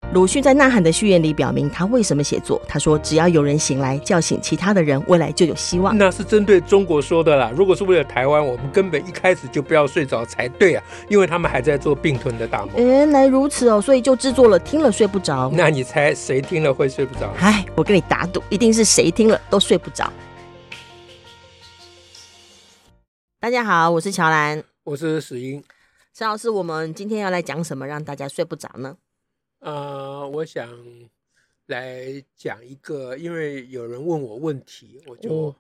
鲁迅在《呐喊》的序言里表明他为什么写作，他说只要有人醒来叫醒其他的人，未来就有希望。 那是针对中国说的啦，如果是为了台湾，我们根本一开始就不要睡着才对啊，因为他们还在做并吞的大梦。 原来如此哦，所以就制作了听了睡不着。 那你猜谁听了会睡不着？ 哎，我跟你打赌，一定是谁听了都睡不着。大家好，我是乔兰， 我是史英。 陈老师，我们今天要来讲什么让大家睡不着呢？ 我想来讲一个，因为有人问我问题，我就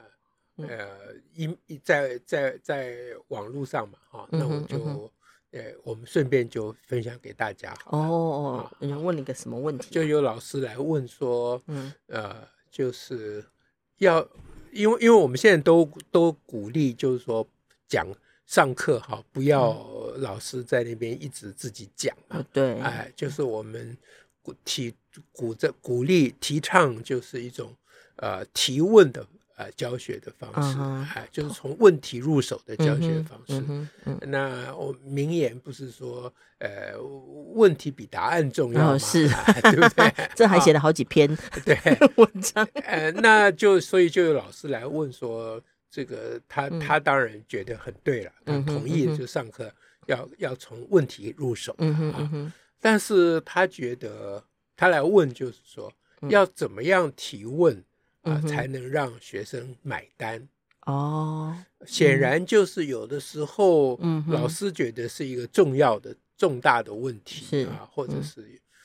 在网络上嘛，那我就我们顺便就分享给大家好了。 有人问你个什么问题？ 就有老师来问说，就是要因为我们现在都鼓励，就是说上课不要老师在那边一直自己讲对， 就是我们鼓励提倡就是一种提问的教学的方式，就是从问题入手的教学方式。那我名言不是说问题比答案重要吗？ 是， 对不对？ 这还写了好几篇对文章。 那所以就有老师来问说，这个他当然觉得很对了，他同意就上课要从问题入手但是他觉得他来问就是说，要怎么样提问才能让学生买单。显然就是有的时候老师觉得是一个重大的问题或者是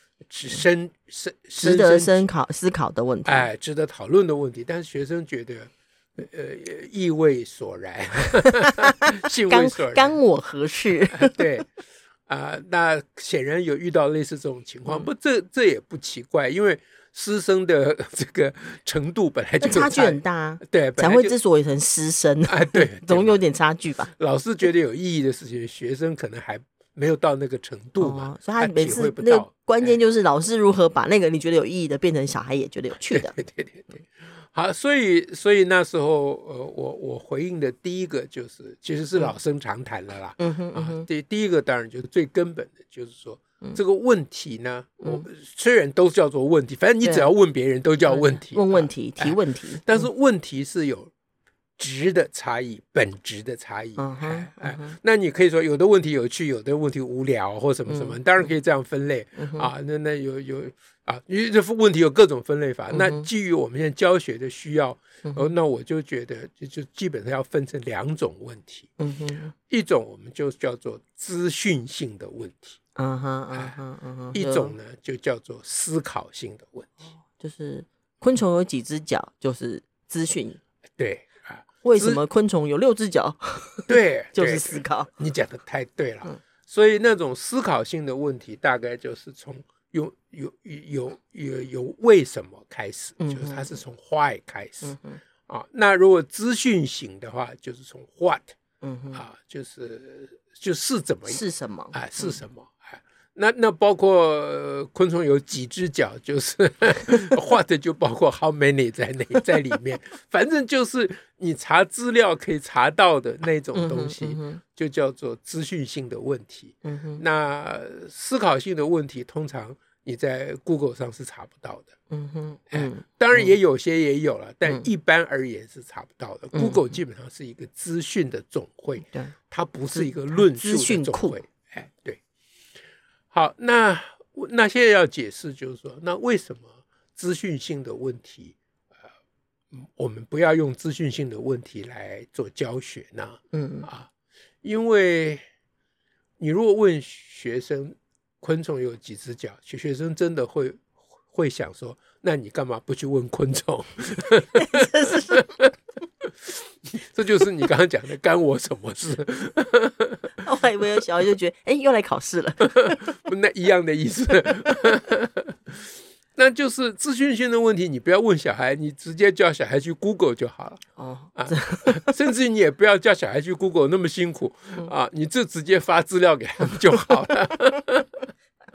值得思考的问题， 值得讨论的问题，但是学生觉得意味索然兴味索然， 干我何事？ 对那显然有遇到类似这种情况，不这也不奇怪，因为师生的这个程度本来就差距很大， 对， 才会之所以成师生对， 总有点差距吧。 老师觉得有意义的事情，学生可能还没有到那个程度嘛， 所以他每次那个关键就是老师如何把那个你觉得有意义的变成小孩也觉得有趣的。 对。好，所以那时候我回应的第一个就是其实是老生常谈了啦。第一个当然就是最根本的，就是说这个问题呢，虽然都叫做问题，反正你只要问别人都叫问题， 问问题提问题， 但是问题是有质的差异，本质的差异。那你可以说有的问题有趣，有的问题无聊或什么什么，当然可以这样分类那有因为这问题有各种分类法。那基于我们现在教学的需要，那我就觉得就基本上要分成两种问题。一种我们就叫做资讯性的问题，一种呢就叫做思考性的问题。 就是昆虫有几只脚，就是资讯。 对为什么昆虫有6只脚？ 对， 就是思考。 你讲的太对了。所以那种思考性的问题，大概就是从有为什么开始，就是它是从 why 开始那如果资讯型的话，就是从 what 就是怎么是什么是什么那包括昆虫有几只脚，就是 what 就包括 how many 在里面反正就是你查资料可以查到的那种东西，就叫做资讯性的问题。那思考性的问题通常你在 Google 上是查不到的。当然也有些也有了，但一般而言是查不到的。Google 基本上是一个资讯的总汇，它不是一个论述的总汇。对。好，那现在要解释就是说，那为什么资讯性的问题我们不要用资讯性的问题来做教学呢？因为你如果问学生昆虫有几只脚，学生真的会想说，那你干嘛不去问昆虫？这就是你刚刚讲的干我什么事？ 我还以为有小孩就觉得又来考试了那一样的意思。那就是资讯性的问题，你不要问小孩，你直接叫小孩去 Google 就好了。甚至你也不要叫小孩去 Google 那么辛苦你就直接发资料给他们就好了。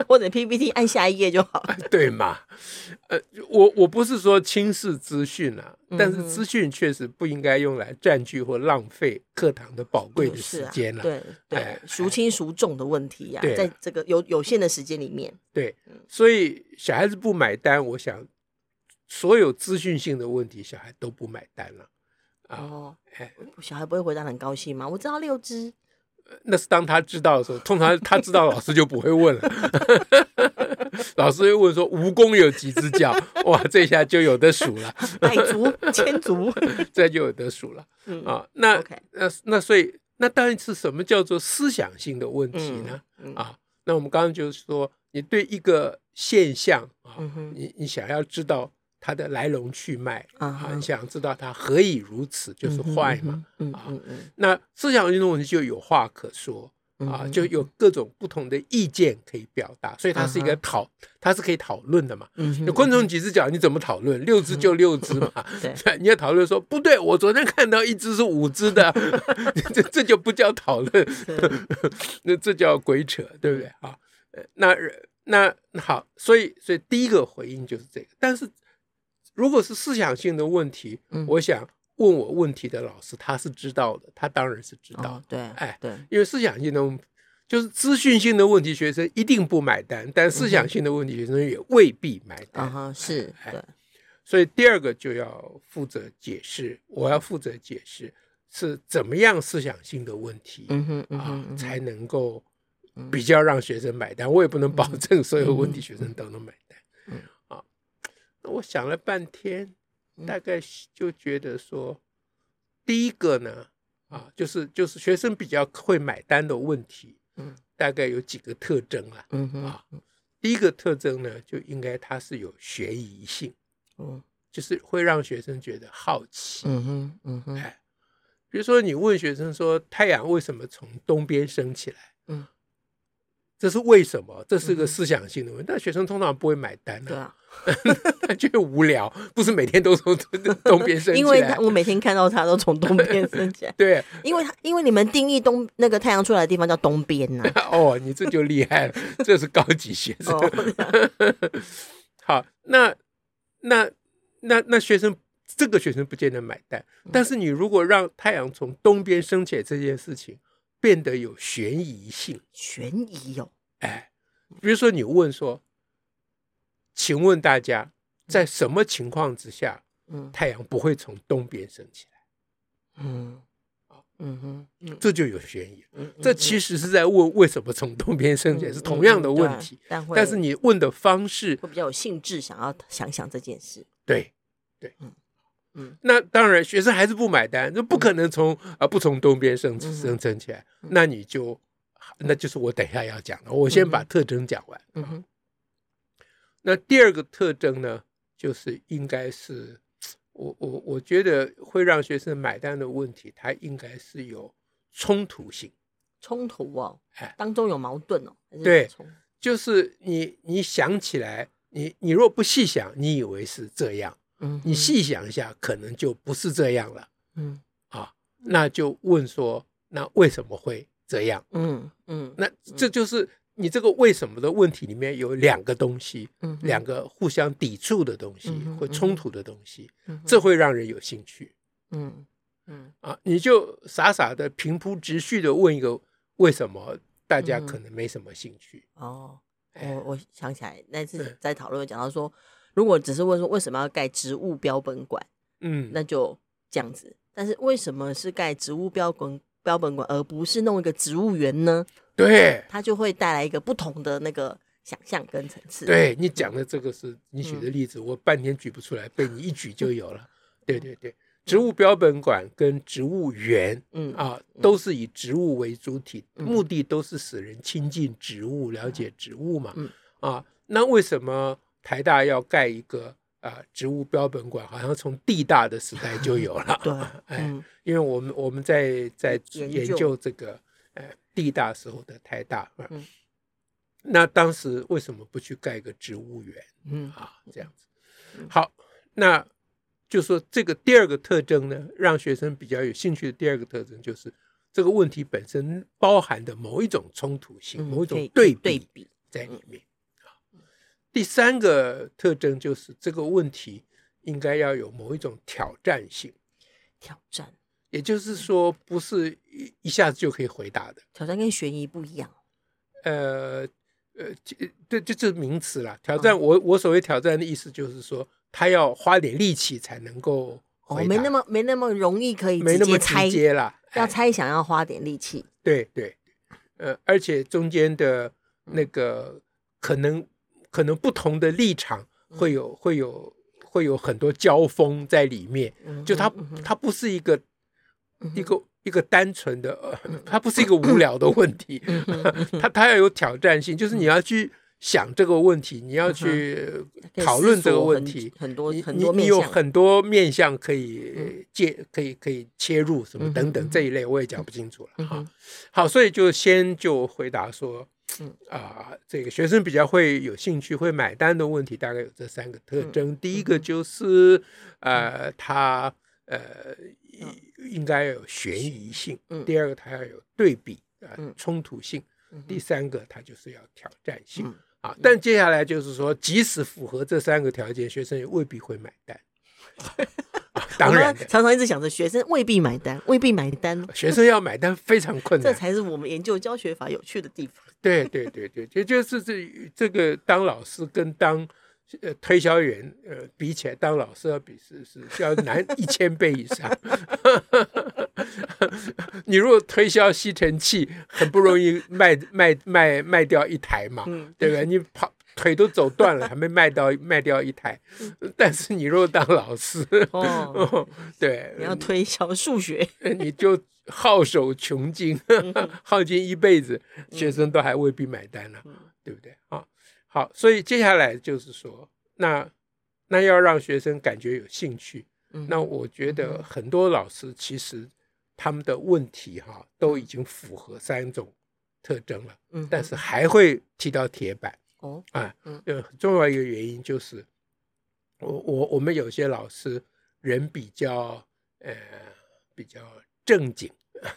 或者 PPT 按下一页就好。 对嘛？我不是说轻视资讯啊，但是资讯确实不应该用来占据或浪费课堂的宝贵的时间了。 对对，孰轻孰重的问题呀，在这个有限的时间里面。 对，所以小孩子不买单，我想所有资讯性的问题，小孩都不买单了。 小孩不会回答很高兴吗？我知道6只。 那是当他知道的时候，通常他知道老师就不会问了。老师会问说蜈蚣有几只脚？哇，这下就有得数了。 百足千足， 这就有得数了。那所以那当然是什么叫做思想性的问题呢？那我们刚刚就是说，你对一个现象你想要知道它的来龙去脉你想知道它何以如此，就是坏嘛。那思想性的问题就有话可说就有各种不同的意见可以表达，所以它是一个它是可以讨论的嘛。有昆虫几只脚你怎么讨论？6只就6只嘛。你要讨论说不对，我昨天看到1只是5只的，这就不叫讨论，那这叫鬼扯，对不对？那好，所以第一个回应就是这个。但是如果是思想性的问题，我想问我问题的老师他是知道的，他当然是知道。 对， 因为思想性的就是资讯性的问题，学生一定不买单，但思想性的问题，学生也未必买单。 是，对。 所以第二个就要负责解释，我要负责解释是怎么样思想性的问题才能够比较让学生买单。我也不能保证所有问题学生都能买单。那我想了半天，大概就觉得说，第一个呢，就是学生比较会买单的问题，大概有几个特征啦。第一个特征呢，就应该它是有悬疑性，就是会让学生觉得好奇。比如说你问学生说，太阳为什么从东边升起来？这是为什么？这是个思想性的问题，但学生通常不会买单他觉得无聊，不是每天都从东边升起来。 因为我每天看到它都从东边升起来。 对， 因为你们定义那个太阳出来的地方叫东边你这就厉害了，这是高级学生。好，那学生这个学生不见得买单，但是你如果让太阳从东边升起来这件事情变得有悬疑性，比如说你问说，请问大家在什么情况之下太阳不会从东边升起来？这就有悬疑。这其实是在问为什么从东边升起来，是同样的问题，但是你问的方式会比较有兴致，想要想想这件事。 对，那当然学生还是不买单，就不可能不从东边升起来，那就是我等一下要讲的，我先把特征讲完。那第二个特征呢，就是应该是我觉得会让学生买单的问题，它应该是有冲突性。 冲突当中有矛盾对，就是你想起来，你若不细想，你以为是这样，你细想一下，可能就不是这样了。那就问说，那为什么会这样？那这就是你这个为什么的问题里面有2个东西，2个互相抵触的东西，会冲突的东西，这会让人有兴趣。你就傻傻的平铺直叙的问一个为什么，大家可能没什么兴趣。 我想起来那次在讨论讲到说，如果只是问说为什么要盖植物标本馆，那就这样子。但是为什么是盖植物标本馆，而不是弄一个植物园呢？ 对， 它就会带来一个不同的那个想象跟层次。 对，你讲的这个是你举的例子，我半天举不出来，被你一举就有了。对，植物标本馆跟植物园都是以植物为主体，目的都是使人亲近植物，了解植物嘛。那为什么台大要盖一个植物标本馆？好像从地大的时代就有了。 对， 因为我们在研究这个地大时候的台大。那当时为什么不去盖个植物园？这样子。好，那就说这个第二个特征呢，让学生比较有兴趣的第二个特征就是这个问题本身包含的某一种冲突性，某一种对比在里面。 第3个特征就是这个问题应该要有某一种挑战性。 挑战， 也就是说不是一下子就可以回答的。 挑战跟悬疑不一样。 对，这名词啦。挑战，我所谓挑战的意思就是说，他要花点力气才能够回答， 没那么容易可以没那么直接啦。 要猜想要花点力气。 对对，而且中间的那个可能不同的立场会有很多交锋在里面。就它不是一个单纯的，它不是一个无聊的问题，它要有挑战性，就是你要去想这个问题，你要去讨论这个问题， 很多面向， 你有很多面向可以切入什么等等这一类，我也讲不清楚了。好，所以就回答说，这个学生比较会有兴趣会买单的问题大概有这3个特征。第一个就是他应该有悬疑性，第2个他要有对比冲突性，第3个他就是要挑战性。但接下来就是说，即使符合这3个条件，学生也未必会买单。当然的， 常常一直想着学生未必买单， 学生要买单非常困难， 这才是我们研究教学法有趣的地方。 对，就是这个当老师跟当推销员比起来，当老师是要难1000倍以上。你如果推销吸尘器，很不容易卖掉1台嘛，对吧？你腿都走断了，还没卖掉1台。但是你如果当老师，对， 你要推销数学， 你就耗手穷尽，耗尽一辈子，学生都还未必买单了，对不对？好，所以接下来就是说，那要让学生感觉有兴趣，那我觉得很多老师其实他们的问题都已经符合3种特征了，但是还会踢到铁板。很重要一个原因就是我们有些老师人比较正经。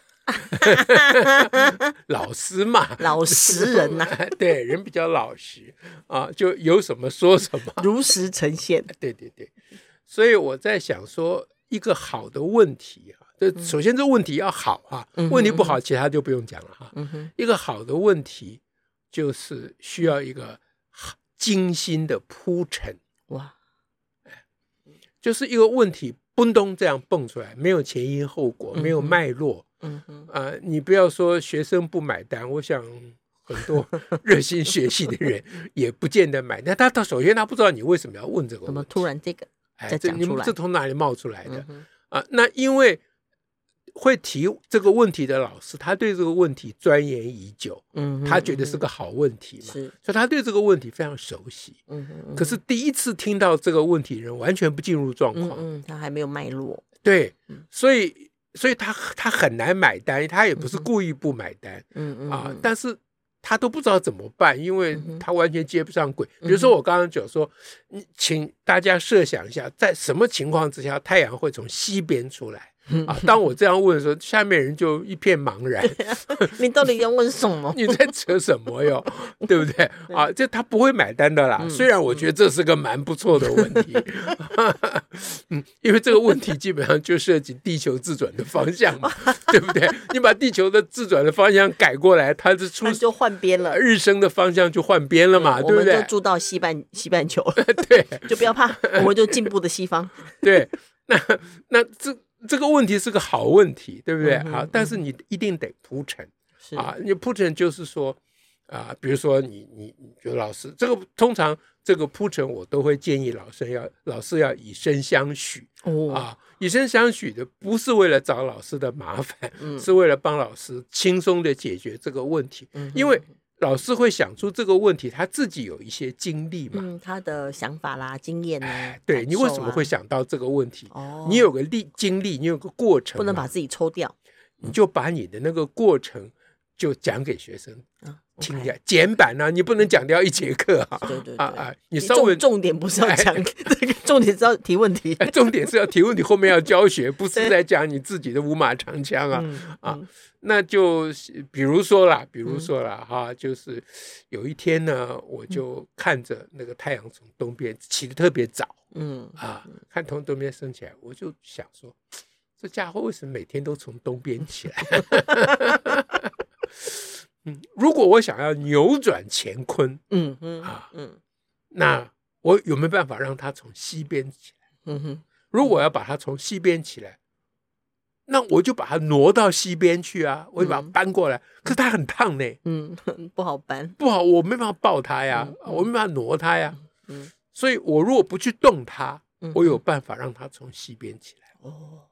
老实嘛， 老实人呐， 对，人比较老实就有什么说什么， 如实呈现。 对，所以我在想说，一个好的问题首先这问题要好问题不好，其他就不用讲了一个好的问题就是需要一个精心的铺陈。 哇， 就是一个问题嘣咚这样蹦出来，没有前因后果，没有脉络。你不要说学生不买单，我想很多热心学习的人也不见得买单。他首先他不知道你为什么要问这个问题， 怎么突然这个再讲出来， 你们这从哪里冒出来的那因为会提这个问题的老师，他对这个问题钻研已久，他觉得是个好问题嘛，所以他对这个问题非常熟悉。可是第一次听到这个问题，人完全不进入状况， 他还没有脉络。 对，所以他很难买单，他也不是故意不买单，但是他都不知道怎么办，因为他完全接不上轨。比如说我刚刚讲说，请大家设想一下，在什么情况之下太阳会从西边出来当我这样问的时候，下面人就一片茫然。 你到底要问什么？ 你在扯什么哟？对不对这他不会买单的啦。虽然我觉得这是个蛮不错的问题，因为这个问题基本上就涉及地球自转的方向嘛，对不对？你把地球的自转的方向改过来，它就换边了， 日升的方向就换边了嘛，对不对？ 我们就住到西半球对， 就不要怕，我们就进步的西方。 对，那这个问题是个好问题，对不对？但是你一定得铺陈你铺陈就是说比如说你觉得老师这个通常这个铺陈我都会建议老师要以身相许以身相许的不是为了找老师的麻烦，是为了帮老师轻松的解决这个问题，因为老师会想出这个问题，他自己有一些经历嘛， 他的想法啦、经验对，你为什么会想到这个问题？你有个经历，你有个过程， 不能把自己抽掉， 你就把你的那个过程就讲给学生听一下简版啊，你不能讲掉一节课啊。 对对对你稍微重点不是要讲这个，重点是要提问题。 重点是要提问题，后面要教学，不是在讲你自己的五马长枪啊。那就比如说啦哈，就是有一天呢，我就看着那个太阳从东边起得特别早，看从东边升起来，我就想说，这家伙为什么每天都从东边起来？如果我想要扭转乾坤，那我有没有办法让他从西边起来？如果要把它从西边起来，那我就把它挪到西边去啊，我就把它搬过来。可是它很烫呢， 不好搬， 不好，我没办法抱它呀，我没办法挪它呀。所以我如果不去动它，我有办法让它从西边起来。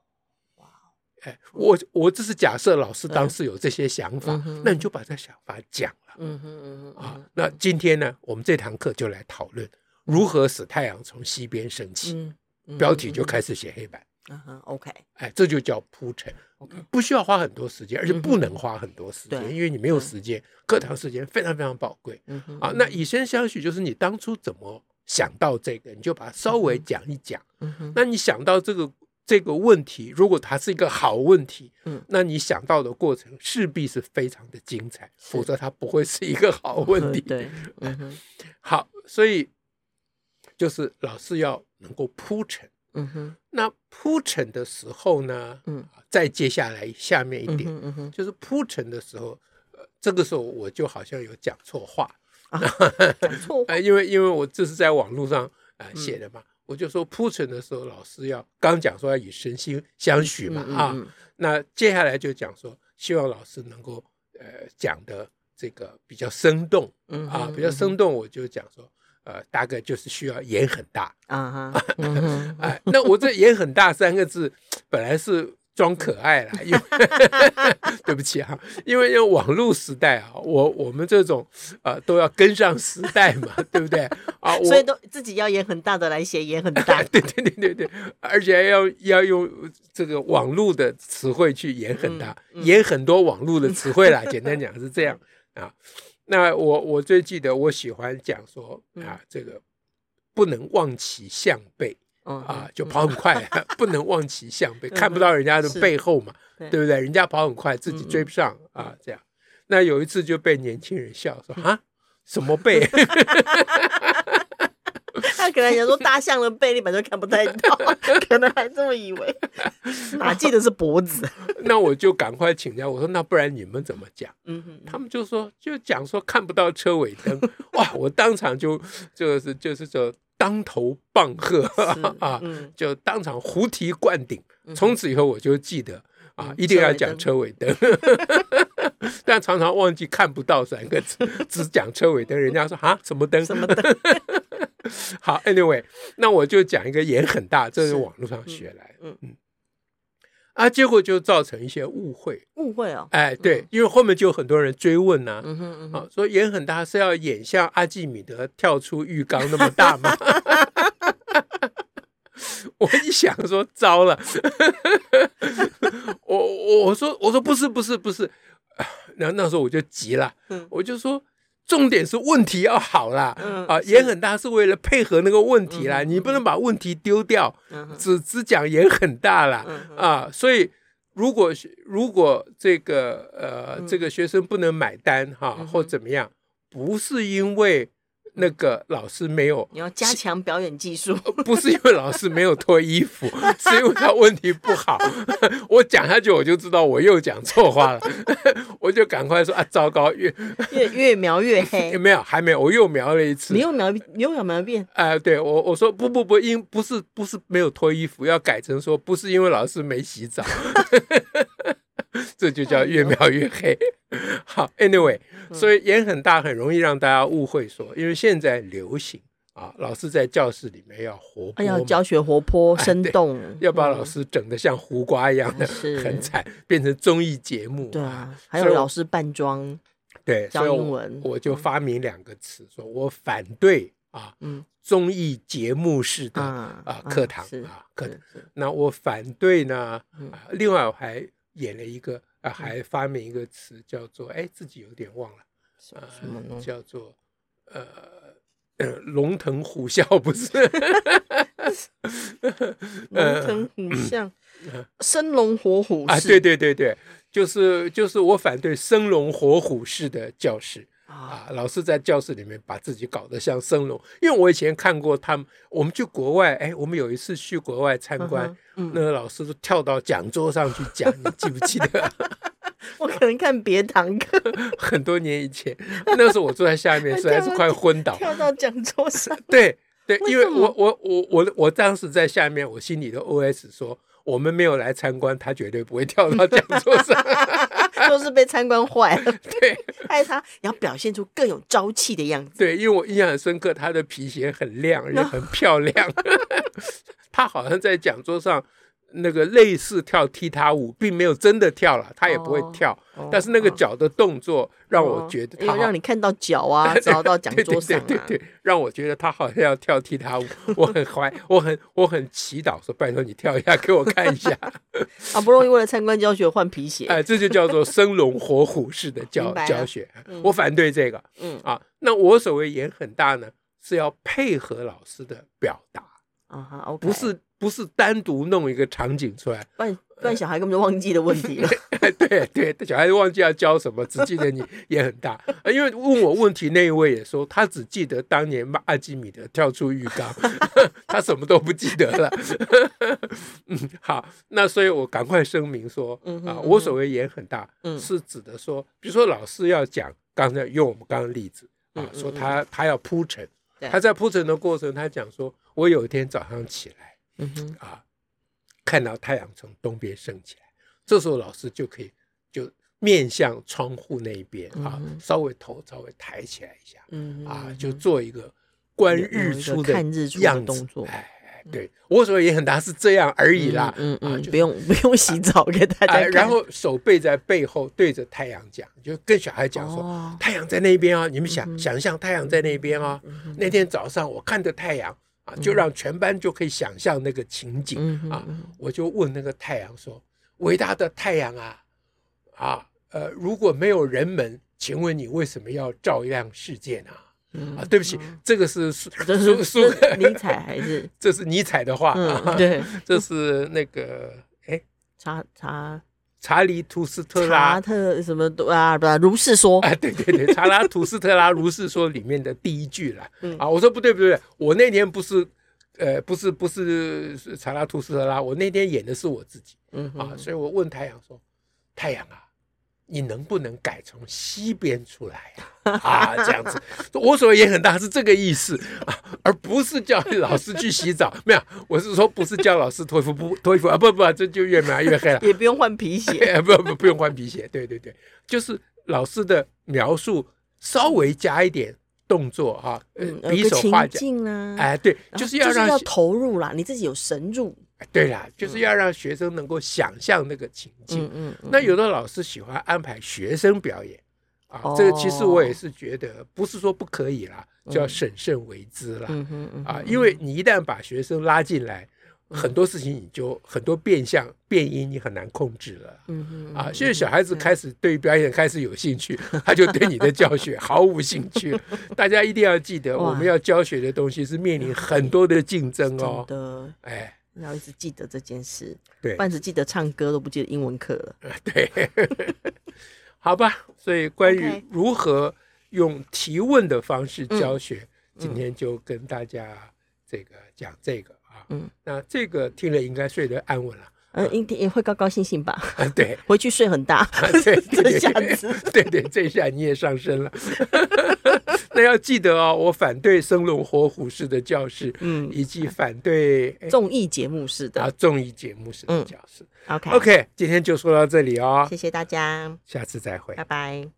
我这是假设老师当时有这些想法，那你就把这想法讲了。那今天呢，我们这堂课就来讨论如何使太阳从西边升起。标题就开始写黑板。 OK， 这就叫铺陈，不需要花很多时间，而且不能花很多时间，因为你没有时间，课堂时间非常非常宝贵。那以身相许就是你当初怎么想到这个，你就把它稍微讲一讲。那你想到这个问题，如果它是一个好问题，那你想到的过程势必是非常的精彩，否则它不会是一个好问题。 对， 好，所以就是老师要能够铺陈。那铺陈的时候呢，再接下来下面一点，就是铺陈的时候，这个时候我就好像有讲错话， 讲错话， 因为我这是在网络上写的嘛，我就说铺陈的时候，老师要刚讲说要以身心相许嘛，那接下来就讲说，希望老师能够讲的这个比较生动比较生动，我就讲说。大概就是需要眼很大那我这眼很大3个字本来是装可爱啦，因为对不起因为网络时代我们这种都要跟上时代嘛，对不对所以都自己要眼很大的来写眼很大对，而且要用这个网络的词汇去演很大，演很多网络的词汇啦，简单讲是这样那我最记得我喜欢讲说这个不能望其项背就跑很快不能望其项背，看不到人家的背后嘛，对不对？人家跑很快，自己追不上这样。那有一次就被年轻人笑说什么背？ 他可能想说大象的背你本来就看不太到，可能还这么以为，哪记得是脖子？ 那我就赶快请教，我说那不然你们怎么讲？他们就讲说看不到车尾灯，哇！我当场就是说当头棒喝就当场胡提灌顶。从此以后我就记得一定要讲车尾灯。但常常忘记看不到3个字，只讲车尾灯，人家说什么灯？什么灯？好 ，anyway， 那我就讲一个眼很大，这是网络上学来的。结果就造成一些误会对，因为后面就有很多人追问说眼很大是要演像阿基米德跳出浴缸那么大吗？我一想说糟了，我说不是，那时候我就急了，我就说。重点是问题要好啦，眼很大是为了配合那个问题啦，你不能把问题丢掉，只讲眼很大啦，所以如果这个学生不能买单或怎么样，不是因为那个老师没有， 你要加强表演技术， 不是因为老师没有脱衣服，是因为他问题不好。我讲下去我就知道我又讲错话了，我就赶快说糟糕， 越描越黑。 没有，还没有，我又描了一次。 你又描一遍？ 对，我说不，不是没有脱衣服，要改成说不是因为老师没洗澡。这就叫越描越黑。好 ，anyway， 所以眼很大很容易让大家误会说，因为现在流行老师在教室里面要活泼， 要教学活泼生动， 要把老师整得像胡瓜一样的很惨，变成综艺节目。 对还有老师扮装， 对，教英文，我就发明2个词，说我反对综艺节目式的课堂课堂。那我反对呢，另外我还演了一个还发明一个词叫做自己有点忘了， 什么呢？ 叫做龙腾虎啸，不是？ 龙腾虎啸，生龙活虎式啊！对对对对，就是我反对生龙活虎式的教室。老师在教室里面把自己搞得像生龙，因为我以前看过他们，我们去国外，我们有一次去国外参观，那个老师都跳到讲桌上去讲，你记不记得？ 我可能看别堂课， 很多年以前，那时候我坐在下面，实在是快昏倒， 跳到讲桌上。 对对，因为我当时在下面，我心里的 OS 说，我们没有来参观，他绝对不会跳到讲桌上。 都是被参观坏了， 对， 害他要表现出更有朝气的样子。 对，因为我印象很深刻，他的皮鞋很亮，而且很漂亮。他好像在讲桌上那个类似跳踢踏舞，并没有真的跳了，他也不会跳，但是那个脚的动作让我觉得他让你看到脚啊，找到讲桌上啊， 对，让我觉得他好像要跳踢踏舞。我很祈祷说，拜托你跳一下给我看一下。 好不容易为了参观教学换皮鞋， 这就叫做生龙活虎式的教学。我反对这个。那我所谓演很大呢，是要配合老师的表达。不是单独弄一个场景出来， 不然小孩根本就忘记的问题了。 对，小孩忘记要教什么，只记得你也很大。因为问我问题那一位也说，他只记得当年阿基米德跳出浴缸，他什么都不记得了。好，那所以我赶快声明说，我所谓演很大，是指的说，比如说老师要讲，刚才用我们刚刚的例子说他要铺陈，他在铺陈的过程，他讲说，我有一天早上起来。看到太阳从东边升起来，这时候老师就可以就面向窗户那一边稍微头稍微抬起来一下，就做一个观日出的看日出的动作。 对，我所谓也很大是这样而已啦。 不用洗澡给大家看， 然后手背在背后对着太阳讲，就跟小孩讲说，太阳在那边啊，你们想象太阳在那边啊。那天早上我看着太阳。就让全班就可以想象那个情景我就问那个太阳说，伟大的太阳如果没有人们，请问你为什么要照亮世界呢？对不起，这个是尼采还是这是尼采的话对， 这是那个查理图斯特拉什么如是说对，查拉图斯特拉如是说里面的第一句了我说不对，我那天不是查拉图斯特拉，我那天演的是我自己所以我问太阳说，太阳你能不能改从西边出来这样子，我所谓也很大是这个意思而不是叫老师去洗澡。没有，我是说不是叫老师脱衣服不，这就越描越黑了。 也不用换皮鞋， 不用换皮鞋。对，就是老师的描述稍微加一点动作比手画脚对，就是要投入啦，你自己有神入。 对啦，就是要让学生能够想象那个情境。那有的老师喜欢安排学生表演这个其实我也是觉得不是说不可以啦，就要审慎为之啦因为你一旦把学生拉进来，很多事情你就很多变因你很难控制了现在小孩子开始对表演开始有兴趣，他就对你的教学毫无兴趣。大家一定要记得，我们要教学的东西是面临很多的竞争要一直记得这件事， 对， 不然只记得唱歌都不记得英文课了。 对，好吧。所以关于如何用提问的方式教学，今天就跟大家讲这个那这个听了应该睡得安稳了。 一定会高高兴兴吧？ 对， 回去睡很大。这下子， 对，这下你也上身了。那要记得我反对生龙活虎式的教室，以及反对综艺节目式的综艺节目式的教室。 OK， 今天就说到这里谢谢大家， 下次再会， 拜拜。